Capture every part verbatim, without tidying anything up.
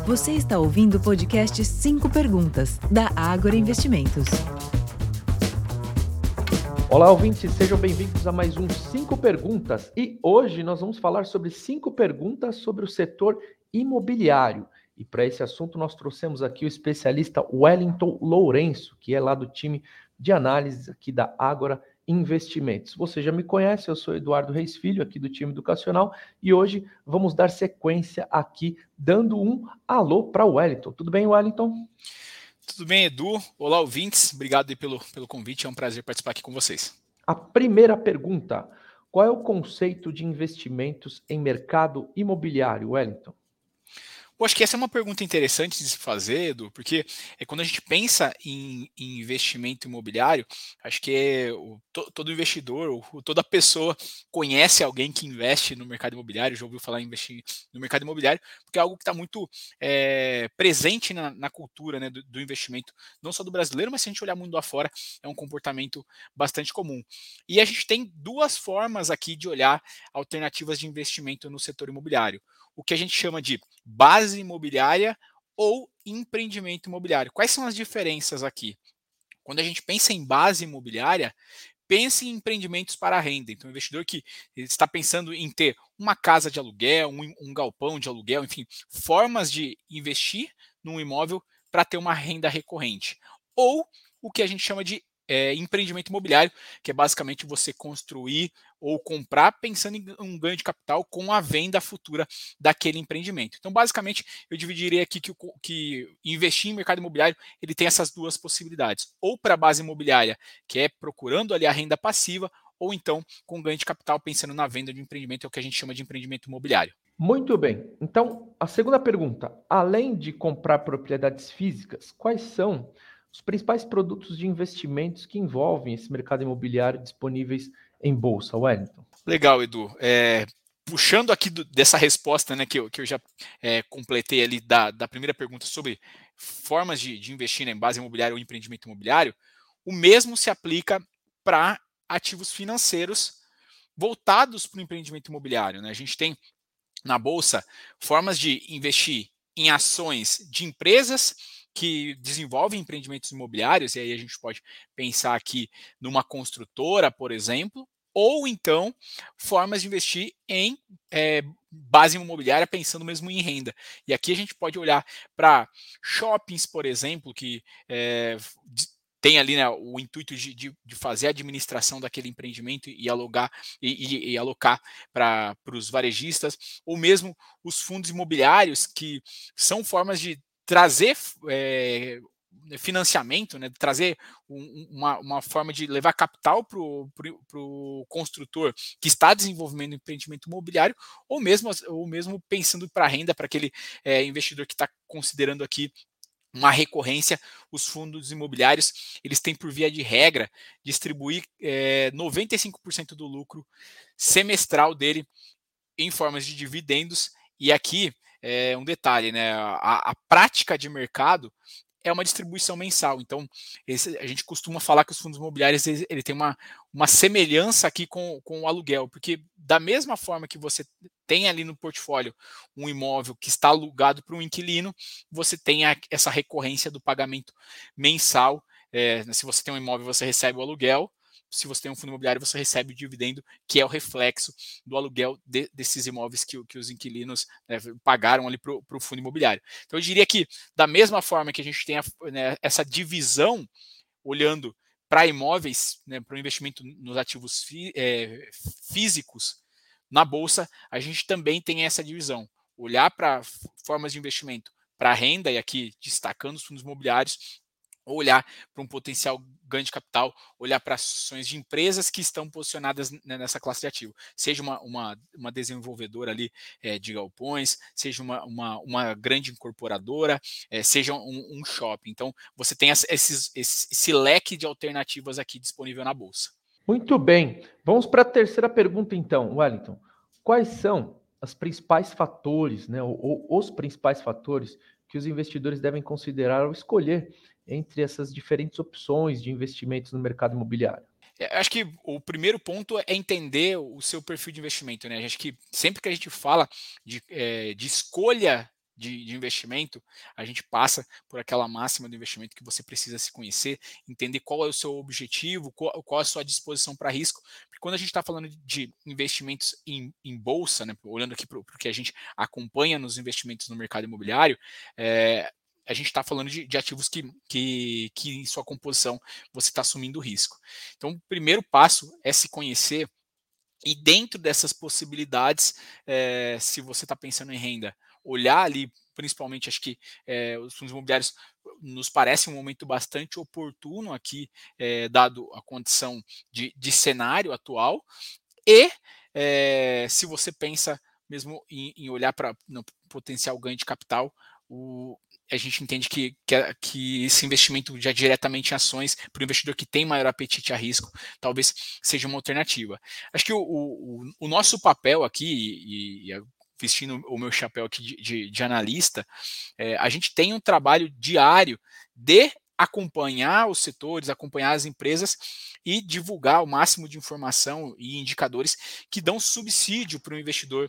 Você está ouvindo o podcast Cinco Perguntas, da Ágora Investimentos. Olá, ouvintes, sejam bem-vindos a mais um Cinco Perguntas. E hoje nós vamos falar sobre cinco perguntas sobre o setor imobiliário. E para esse assunto nós trouxemos aqui o especialista Wellington Lourenço, que é lá do time de análise aqui da Ágora Investimentos. Você já me conhece, eu sou Eduardo Reis Filho, aqui do time educacional, e hoje vamos dar sequência aqui, dando um alô para o Wellington. Tudo bem, Wellington? Tudo bem, Edu? Olá, ouvintes. Obrigado aí pelo, pelo convite. É um prazer participar aqui com vocês. A primeira pergunta: qual é o conceito de investimentos em mercado imobiliário, Wellington? Eu acho que essa é uma pergunta interessante de se fazer, Edu, porque é quando a gente pensa em, em investimento imobiliário, acho que é o, to, todo investidor, ou toda pessoa conhece alguém que investe no mercado imobiliário, já ouviu falar em investir no mercado imobiliário, porque é algo que está muito é, presente na, na cultura, né, do, do investimento, não só do brasileiro, mas se a gente olhar mundo afora, é um comportamento bastante comum. E a gente tem duas formas aqui de olhar alternativas de investimento no setor imobiliário. O que a gente chama de base imobiliária ou empreendimento imobiliário. Quais são as diferenças aqui? Quando a gente pensa em base imobiliária, pense em empreendimentos para renda. Então, o investidor que está pensando em ter uma casa de aluguel, um, um galpão de aluguel, enfim, formas de investir num imóvel para ter uma renda recorrente. Ou o que a gente chama de é, empreendimento imobiliário, que é basicamente você construir ou comprar pensando em um ganho de capital com a venda futura daquele empreendimento. Então, basicamente, eu dividiria aqui que, que investir em mercado imobiliário ele tem essas duas possibilidades. Ou para a base imobiliária, que é procurando ali a renda passiva, ou então com ganho de capital pensando na venda de um empreendimento, é o que a gente chama de empreendimento imobiliário. Muito bem. Então, a segunda pergunta: além de comprar propriedades físicas, quais são os principais produtos de investimentos que envolvem esse mercado imobiliário disponíveis em bolsa, Wellington? Legal, Edu. É, puxando aqui do, dessa resposta, né, que, eu, que eu já é, completei ali da, da primeira pergunta sobre formas de, de investir, né, em base imobiliária ou empreendimento imobiliário, o mesmo se aplica para ativos financeiros voltados para o empreendimento imobiliário, né? A gente tem na bolsa formas de investir em ações de empresas que desenvolvem empreendimentos imobiliários, e aí a gente pode pensar aqui numa construtora, por exemplo, ou então formas de investir em é, base imobiliária pensando mesmo em renda. E aqui a gente pode olhar para shoppings, por exemplo, que é, tem ali, né, o intuito de, de, de fazer a administração daquele empreendimento e alugar e, e, e alocar para os varejistas, ou mesmo os fundos imobiliários, que são formas de trazer é, financiamento, né, trazer um, uma, uma forma de levar capital para o construtor que está desenvolvendo um empreendimento imobiliário, ou mesmo, ou mesmo pensando para renda, para aquele é, investidor que está considerando aqui uma recorrência. Os fundos imobiliários eles têm por via de regra distribuir é, noventa e cinco por cento do lucro semestral dele em formas de dividendos. E aqui é um detalhe, né? A, a prática de mercado é uma distribuição mensal. Então, esse, a gente costuma falar que os fundos imobiliários ele, ele tem uma, uma semelhança aqui com, com o aluguel, porque da mesma forma que você tem ali no portfólio um imóvel que está alugado para um inquilino, você tem a, essa recorrência do pagamento mensal. É, se você tem um imóvel, você recebe o aluguel. Se você tem um fundo imobiliário, você recebe o dividendo, que é o reflexo do aluguel de, desses imóveis que, que os inquilinos né, pagaram ali para o fundo imobiliário. Então, eu diria que, da mesma forma que a gente tem a, né, essa divisão, olhando para imóveis, né, para o investimento nos ativos fi, é, físicos, na Bolsa, a gente também tem essa divisão. Olhar para formas de investimento para renda, e aqui destacando os fundos imobiliários, ou olhar para um potencial ganho de capital, olhar para ações de empresas que estão posicionadas nessa classe de ativo, seja uma, uma, uma desenvolvedora ali é, de galpões, seja uma, uma, uma grande incorporadora, é, seja um, um shopping. Então, você tem esses, esse, esse leque de alternativas aqui disponível na Bolsa. Muito bem. Vamos para a terceira pergunta, então, Wellington. Quais são os principais fatores, né, ou, ou os principais fatores que os investidores devem considerar ao escolher entre essas diferentes opções de investimentos no mercado imobiliário? Eu acho que o primeiro ponto é entender o seu perfil de investimento, né? Acho que sempre que a gente fala de, é, de escolha de, de investimento, a gente passa por aquela máxima do investimento que você precisa se conhecer, entender qual é o seu objetivo, qual, qual é a sua disposição para risco. Porque quando a gente está falando de investimentos em, em bolsa, né, olhando aqui para o que a gente acompanha nos investimentos no mercado imobiliário, é, a gente está falando de, de ativos que, que, que em sua composição você está assumindo risco. Então, o primeiro passo é se conhecer e dentro dessas possibilidades, é, se você está pensando em renda, olhar ali, principalmente, acho que é, os fundos imobiliários nos parece um momento bastante oportuno aqui, é, dado a condição de, de cenário atual, e é, se você pensa mesmo em, em olhar para o potencial ganho de capital, o, a gente entende que, que, que esse investimento já diretamente em ações, para o investidor que tem maior apetite a risco, talvez seja uma alternativa. Acho que o, o, o nosso papel aqui, e, e vestindo o meu chapéu aqui de, de, de analista, é, a gente tem um trabalho diário de acompanhar os setores, acompanhar as empresas e divulgar o máximo de informação e indicadores que dão subsídio para o investidor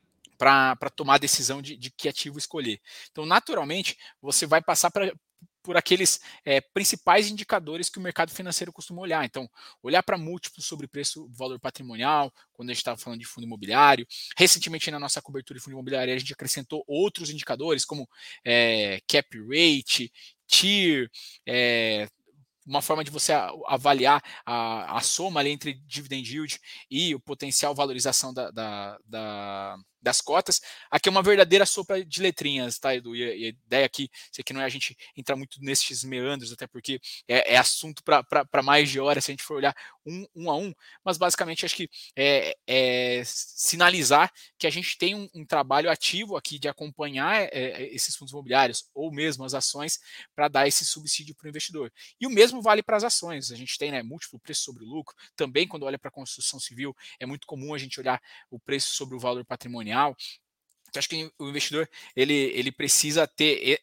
para tomar a decisão de, de que ativo escolher. Então, naturalmente, você vai passar pra, por aqueles é, principais indicadores que o mercado financeiro costuma olhar. Então, olhar para múltiplos sobre preço valor patrimonial, quando a gente estava falando de fundo imobiliário. Recentemente, na nossa cobertura de fundo imobiliário, a gente acrescentou outros indicadores, como é, cap rate, T I R, é, uma forma de você avaliar a, a soma ali entre dividend yield e o potencial valorização da, da, da, das cotas. Aqui é uma verdadeira sopa de letrinhas, tá, Edu? E, e a ideia aqui, sei que não é a gente entrar muito nesses meandros, até porque é, é assunto para mais de hora, se a gente for olhar um, um a um, mas basicamente acho que é, é sinalizar que a gente tem um, um trabalho ativo aqui de acompanhar é, esses fundos imobiliários ou mesmo as ações para dar esse subsídio para o investidor. E o mesmo vale para as ações. A gente tem, né, múltiplo preço sobre o lucro. Também, quando olha para a construção civil, é muito comum a gente olhar o preço sobre o valor patrimonial. Então, acho que o investidor ele, ele precisa ter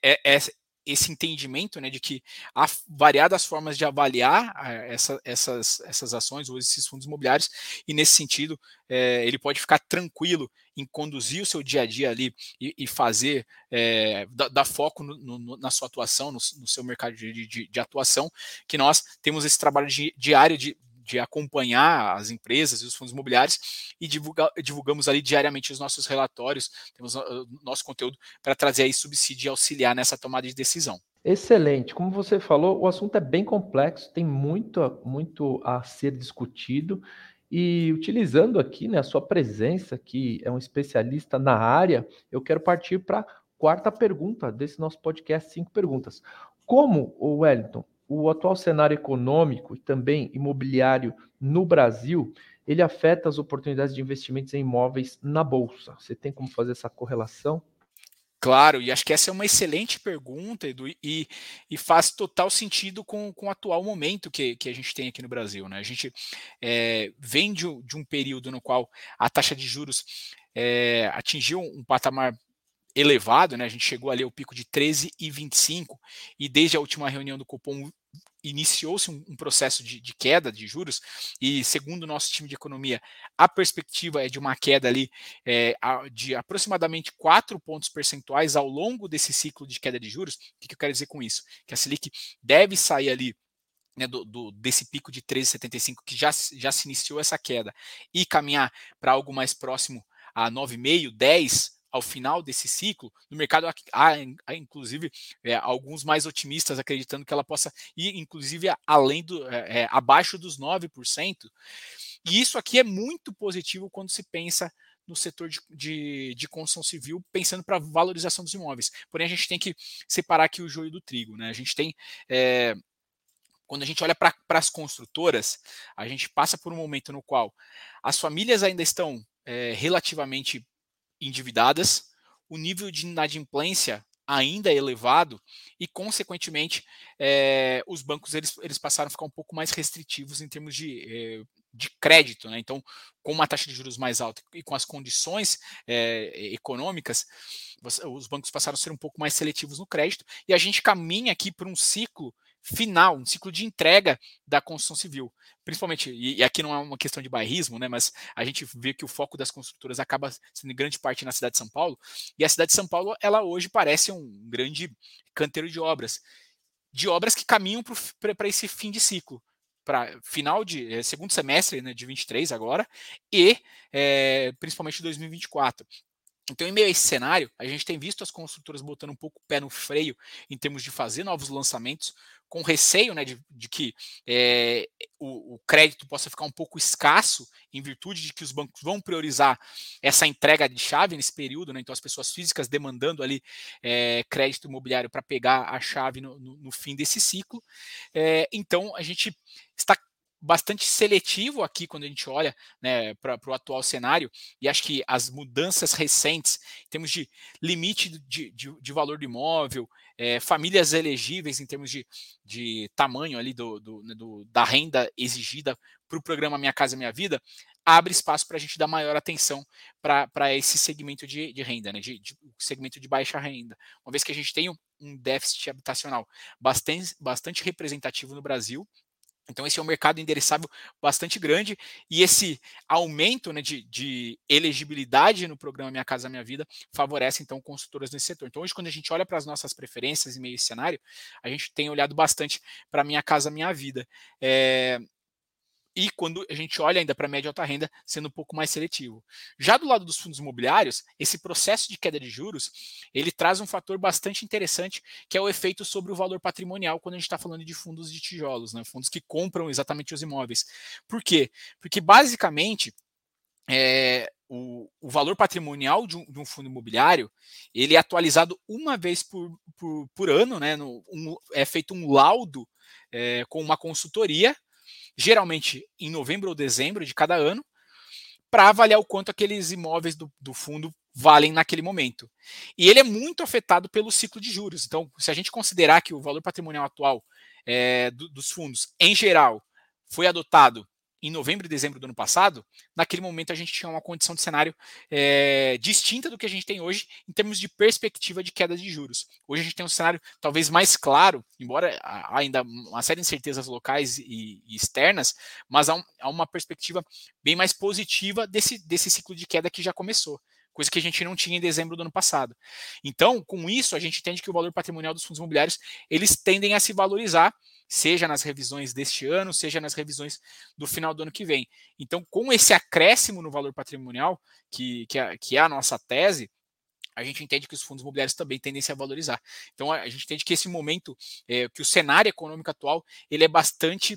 esse entendimento, né, de que há variadas formas de avaliar essa, essas, essas ações ou esses fundos imobiliários, e nesse sentido é, ele pode ficar tranquilo em conduzir o seu dia a dia ali e, e fazer, é, dar, dar foco no, no, na sua atuação, no, no seu mercado de, de, de atuação, que nós temos esse trabalho de, diário de de acompanhar as empresas e os fundos imobiliários e divulga, divulgamos ali diariamente os nossos relatórios, temos o nosso conteúdo para trazer aí subsídio e auxiliar nessa tomada de decisão. Excelente. Como você falou, o assunto é bem complexo, tem muito, muito a ser discutido e utilizando aqui, né, a sua presença, que é um especialista na área, eu quero partir para a quarta pergunta desse nosso podcast, cinco perguntas. Como, o Wellington, o atual cenário econômico e também imobiliário no Brasil, ele afeta as oportunidades de investimentos em imóveis na Bolsa? Você tem como fazer essa correlação? Claro, e acho que essa é uma excelente pergunta, Edu, e, e faz total sentido com, com o atual momento que, que a gente tem aqui no Brasil. Né? A gente é, vem de, de um período no qual a taxa de juros é, atingiu um patamar elevado, né? A gente chegou ali ao pico de treze vírgula vinte e cinco e desde a última reunião do Copom iniciou-se um, um processo de, de queda de juros e segundo o nosso time de economia a perspectiva é de uma queda ali é, de aproximadamente quatro pontos percentuais ao longo desse ciclo de queda de juros. O que, que eu quero dizer com isso? Que a Selic deve sair ali né, do, do, desse pico de treze vírgula setenta e cinco que já, já se iniciou essa queda e caminhar para algo mais próximo a nove vírgula cinco, dez ao final desse ciclo. No mercado há, há inclusive, é, alguns mais otimistas acreditando que ela possa ir, inclusive, além do, é, abaixo dos nove por cento. E isso aqui é muito positivo quando se pensa no setor de, de, de construção civil, pensando para a valorização dos imóveis. Porém, a gente tem que separar aqui o joio do trigo. Né? A gente tem... É, quando a gente olha para as construtoras, a gente passa por um momento no qual as famílias ainda estão é, relativamente endividadas, o nível de inadimplência ainda é elevado e, consequentemente, é, os bancos eles, eles passaram a ficar um pouco mais restritivos em termos de, é, de crédito. Né? Então, com uma taxa de juros mais alta e com as condições é, econômicas, os bancos passaram a ser um pouco mais seletivos no crédito e a gente caminha aqui para um ciclo final, um ciclo de entrega da construção civil. Principalmente, e, e aqui não é uma questão de bairrismo, né, mas a gente vê que o foco das construtoras acaba sendo em grande parte na cidade de São Paulo, e a cidade de São Paulo, ela hoje parece um grande canteiro de obras, de obras que caminham para esse fim de ciclo, para final de é, segundo semestre, né, de vinte e três agora, e é, principalmente dois mil e vinte e quatro. Então, em meio a esse cenário, a gente tem visto as construtoras botando um pouco o pé no freio em termos de fazer novos lançamentos, com receio, né, de, de que é, o, o crédito possa ficar um pouco escasso, em virtude de que os bancos vão priorizar essa entrega de chave nesse período, né, então as pessoas físicas demandando ali é, crédito imobiliário para pegar a chave no, no, no fim desse ciclo. É, então, a gente está bastante seletivo aqui quando a gente olha, né, para o atual cenário, e acho que as mudanças recentes, em termos de limite de, de, de valor do imóvel, é, famílias elegíveis em termos de, de tamanho ali do, do, do da renda exigida para o programa Minha Casa Minha Vida, abre espaço para a gente dar maior atenção para esse segmento de, de renda, né, de, de segmento de baixa renda, uma vez que a gente tem um, um déficit habitacional bastante, bastante representativo no Brasil. Então, esse é um mercado endereçável bastante grande, e esse aumento, né, de, de elegibilidade no programa Minha Casa Minha Vida favorece, então, consultoras nesse setor. Então, hoje, quando a gente olha para as nossas preferências em meio a esse cenário, a gente tem olhado bastante para Minha Casa Minha Vida. É, e quando a gente olha ainda para a média e alta renda, sendo um pouco mais seletivo. Já do lado dos fundos imobiliários, esse processo de queda de juros, ele traz um fator bastante interessante, que é o efeito sobre o valor patrimonial quando a gente está falando de fundos de tijolos, né? Fundos que compram exatamente os imóveis. Por quê? Porque, basicamente, é, o, o valor patrimonial de um, de um fundo imobiliário, ele é atualizado uma vez por, por, por ano, né? No, um, é feito um laudo é, com uma consultoria, geralmente em novembro ou dezembro de cada ano, para avaliar o quanto aqueles imóveis do, do fundo valem naquele momento. E ele é muito afetado pelo ciclo de juros. Então, se a gente considerar que o valor patrimonial atual é, do, dos fundos, em geral, foi adotado em novembro e dezembro do ano passado, naquele momento a gente tinha uma condição de cenário é, distinta do que a gente tem hoje em termos de perspectiva de queda de juros. Hoje a gente tem um cenário talvez mais claro, embora há ainda uma série de incertezas locais e, e externas, mas há, um, há uma perspectiva bem mais positiva desse, desse ciclo de queda que já começou, coisa que a gente não tinha em dezembro do ano passado. Então, com isso, a gente entende que o valor patrimonial dos fundos imobiliários, eles tendem a se valorizar, seja nas revisões deste ano, seja nas revisões do final do ano que vem. Então, com esse acréscimo no valor patrimonial, que, que, é, que é a nossa tese, a gente entende que os fundos imobiliários também tendem a se valorizar. Então, a gente entende que esse momento, é, que o cenário econômico atual, ele é bastante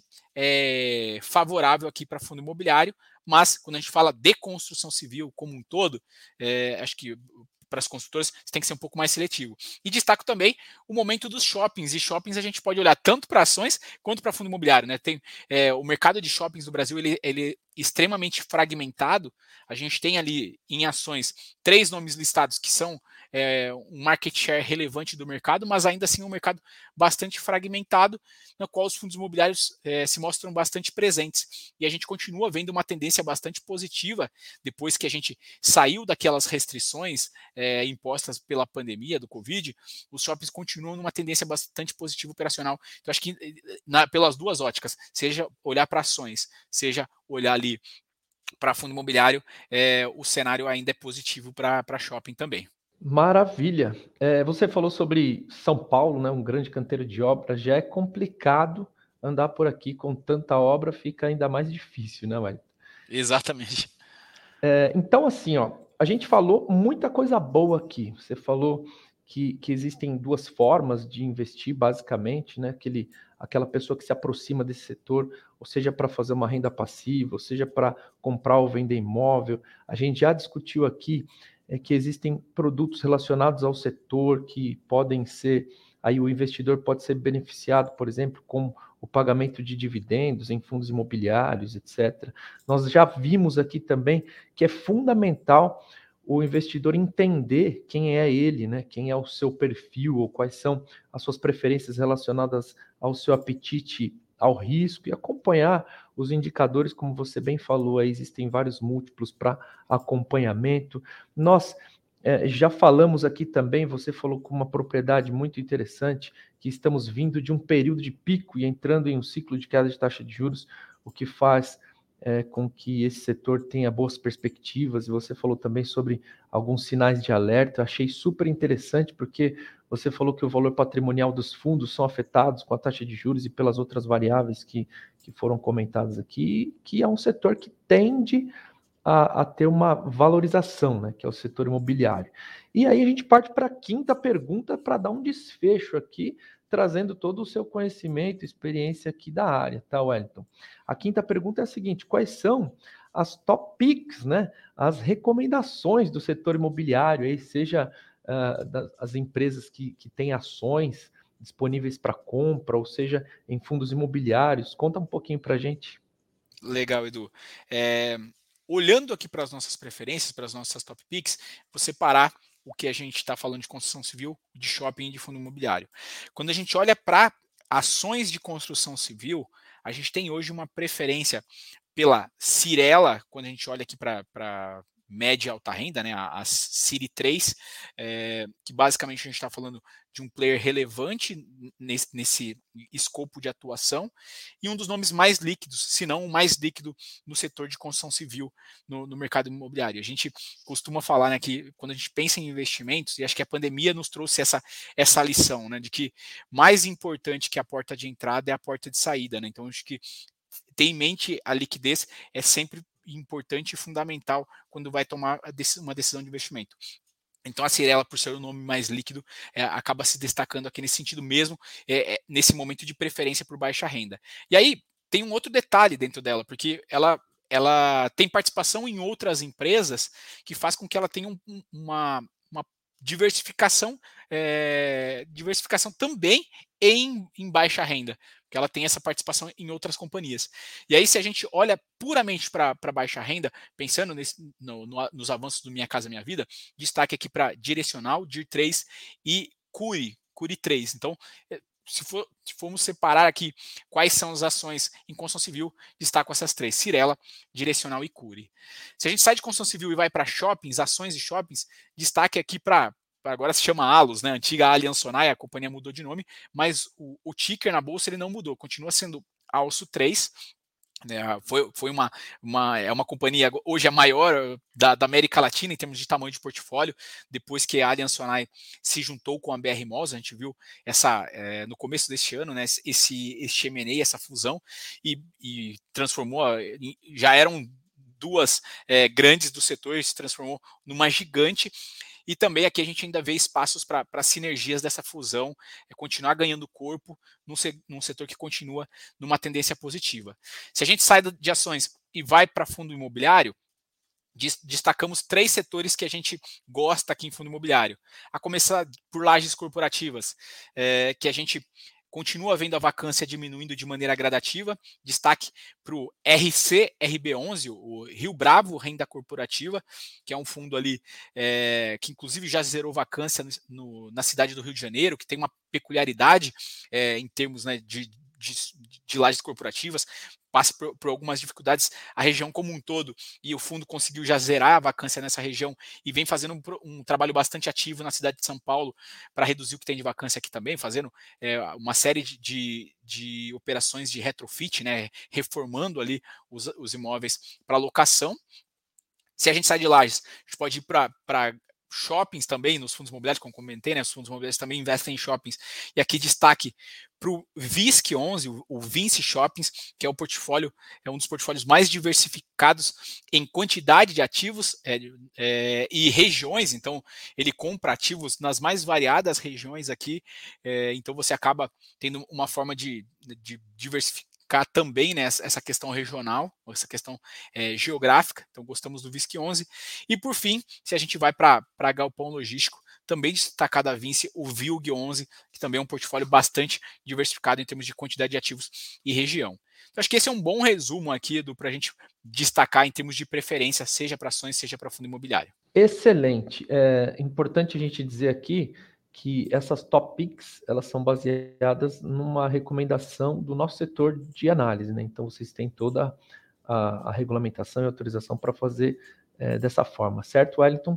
é, favorável aqui para fundo imobiliário, mas quando a gente fala de construção civil como um todo, é, acho que para as construtoras, você tem que ser um pouco mais seletivo. E destaco também o momento dos shoppings. E shoppings a gente pode olhar tanto para ações quanto para fundo imobiliário, né? Tem é, o mercado de shoppings do Brasil, ele, ele é extremamente fragmentado. A gente tem ali em ações três nomes listados que são é, um market share relevante do mercado, mas ainda assim um mercado bastante fragmentado, no qual os fundos imobiliários é, se mostram bastante presentes. E a gente continua vendo uma tendência bastante positiva depois que a gente saiu daquelas restrições é, impostas pela pandemia do Covid. Os shoppings continuam numa tendência bastante positiva operacional. Então, acho que na, pelas duas óticas, seja olhar para ações, seja olhar ali para fundo imobiliário, é, o cenário ainda é positivo para shopping também. Maravilha. É, você falou sobre São Paulo, né, um grande canteiro de obras. Já é complicado andar por aqui com tanta obra, fica ainda mais difícil, né, Wellington? Exatamente. É, então, assim, ó, a gente falou muita coisa boa aqui. Você falou que, que existem duas formas de investir, basicamente, né? Aquele, aquela pessoa que se aproxima desse setor, ou seja, para fazer uma renda passiva, ou seja, para comprar ou vender imóvel. A gente já discutiu aqui é, que existem produtos relacionados ao setor que podem ser, aí o investidor pode ser beneficiado, por exemplo, com o pagamento de dividendos em fundos imobiliários, etcétera. Nós já vimos aqui também que é fundamental o investidor entender quem é ele, né? Quem é o seu perfil, ou quais são as suas preferências relacionadas ao seu apetite ao risco, e acompanhar os indicadores, como você bem falou, aí existem vários múltiplos para acompanhamento. Nós É, já falamos aqui também, você falou com uma propriedade muito interessante, que estamos vindo de um período de pico e entrando em um ciclo de queda de taxa de juros, o que faz é, com que esse setor tenha boas perspectivas. E você falou também sobre alguns sinais de alerta. Achei super interessante, porque você falou que o valor patrimonial dos fundos são afetados com a taxa de juros e pelas outras variáveis que, que foram comentadas aqui, que é um setor que tende A, a ter uma valorização, né, que é o setor imobiliário. E aí a gente parte para a quinta pergunta para dar um desfecho aqui, trazendo todo o seu conhecimento, experiência aqui da área, tá, Wellington? A quinta pergunta é a seguinte: quais são as top picks, né, as recomendações do setor imobiliário, aí, seja uh, das, as empresas que, que têm ações disponíveis para compra, ou seja, em fundos imobiliários? Conta um pouquinho para a gente. Legal, Edu. É, olhando aqui para as nossas preferências, para as nossas top picks, vou separar o que a gente está falando de construção civil, de shopping e de fundo imobiliário. Quando a gente olha para ações de construção civil, a gente tem hoje uma preferência pela Cyrela, quando a gente olha aqui para média e alta renda, né, a, a Ciri três, é, que basicamente a gente está falando de um player relevante nesse, nesse escopo de atuação e um dos nomes mais líquidos, se não o mais líquido no setor de construção civil no, no mercado imobiliário. A gente costuma falar, né, que quando a gente pensa em investimentos, e acho que a pandemia nos trouxe essa, essa lição, né, de que mais importante que a porta de entrada é a porta de saída, né? Então acho que ter em mente a liquidez é sempre importante e fundamental quando vai tomar uma decisão de investimento. Então a Cyrela, por ser o nome mais líquido, é, acaba se destacando aqui nesse sentido mesmo, é, é, nesse momento de preferência por baixa renda. E aí tem um outro detalhe dentro dela, porque ela, ela tem participação em outras empresas que faz com que ela tenha um, uma, uma diversificação, é, diversificação também em, em baixa renda, porque ela tem essa participação em outras companhias. E aí, se a gente olha puramente para baixa renda, pensando nesse, no, no, nos avanços do Minha Casa Minha Vida, destaque aqui para Direcional, D I R três e Cury, Cury três. Então, se, for, se formos separar aqui quais são as ações em construção civil, destaco essas três: Cyrela, Direcional e Cury. Se a gente sai de construção civil e vai para shoppings, ações de shoppings, destaque aqui para agora se chama Allos, né? A antiga Allianz Sonae, a companhia mudou de nome, mas o, o ticker na bolsa ele não mudou, continua sendo Alço três. Né? Foi, foi uma, uma, é uma companhia hoje a maior da, da América Latina em termos de tamanho de portfólio, depois que a Allianz Sonae se juntou com a B R Malls. A gente viu essa, é, no começo deste ano, né, esse, esse M and A, essa fusão, e, e transformou, já eram duas é, grandes do setor, se transformou numa gigante. E também aqui a gente ainda vê espaços para sinergias dessa fusão, é, continuar ganhando corpo num, se, num setor que continua numa tendência positiva. Se a gente sai de ações e vai para fundo imobiliário, destacamos três setores que a gente gosta aqui em fundo imobiliário. A começar por lajes corporativas, é, que a gente continua vendo a vacância diminuindo de maneira gradativa. Destaque para o R C R B onze, o Rio Bravo Renda Corporativa, que é um fundo ali é, que inclusive já zerou vacância no, no, na cidade do Rio de Janeiro, que tem uma peculiaridade é, em termos, né, de, de, de lajes corporativas, passa por, por algumas dificuldades a região como um todo, e o fundo conseguiu já zerar a vacância nessa região e vem fazendo um, um trabalho bastante ativo na cidade de São Paulo para reduzir o que tem de vacância aqui também, fazendo é, uma série de, de, de operações de retrofit, né, reformando ali os, os imóveis para locação. Se a gente sai de lajes, a gente pode ir para shoppings também, nos fundos imobiliários, como comentei, né, os fundos imobiliários também investem em shoppings, e aqui destaque para o V I S C onze, o, o Vinci Shoppings, que é o portfólio, é um dos portfólios mais diversificados em quantidade de ativos é, é, e regiões. Então ele compra ativos nas mais variadas regiões aqui, é, então você acaba tendo uma forma de, de diversificar também, né, essa questão regional, essa questão é, geográfica. Então gostamos do V I S C onze. E por fim, se a gente vai para galpão logístico, também destacado a Vinci, o V I L G onze, que também é um portfólio bastante diversificado em termos de quantidade de ativos e região. Então acho que esse é um bom resumo aqui para a gente destacar em termos de preferência, seja para ações, seja para fundo imobiliário. Excelente. É importante a gente dizer aqui que essas top picks, elas são baseadas numa recomendação do nosso setor de análise, né? Então vocês têm toda a, a regulamentação e autorização para fazer é, dessa forma, certo, Wellington?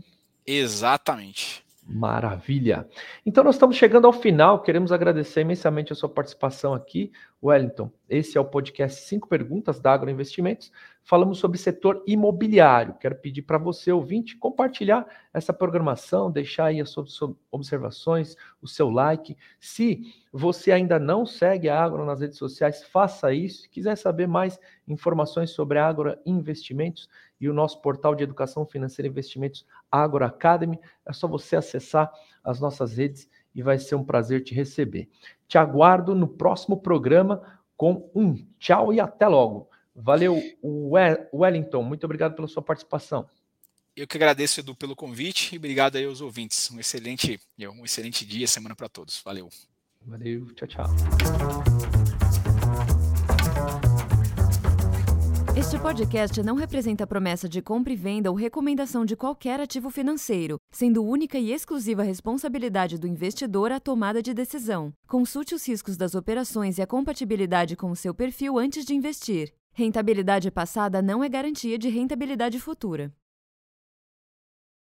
Exatamente. Maravilha. Então nós estamos chegando ao final, queremos agradecer imensamente a sua participação aqui, Wellington. Esse é o podcast cinco Perguntas da Agro Investimentos. Falamos sobre setor imobiliário. Quero pedir para você, ouvinte, compartilhar essa programação, deixar aí as suas observações, o seu like. Se você ainda não segue a Agro nas redes sociais, faça isso. Se quiser saber mais informações sobre a Agro Investimentos e o nosso portal de educação financeira e investimentos Agro Academy, é só você acessar as nossas redes e vai ser um prazer te receber. Te aguardo no próximo programa com um tchau e até logo. Valeu, Wellington, muito obrigado pela sua participação. Eu que agradeço, Edu, pelo convite e obrigado aí aos ouvintes. Um excelente, um excelente dia, semana para todos. Valeu. Valeu, tchau, tchau. Este podcast não representa promessa de compra e venda ou recomendação de qualquer ativo financeiro, sendo única e exclusiva responsabilidade do investidor a tomada de decisão. Consulte os riscos das operações e a compatibilidade com o seu perfil antes de investir. Rentabilidade passada não é garantia de rentabilidade futura.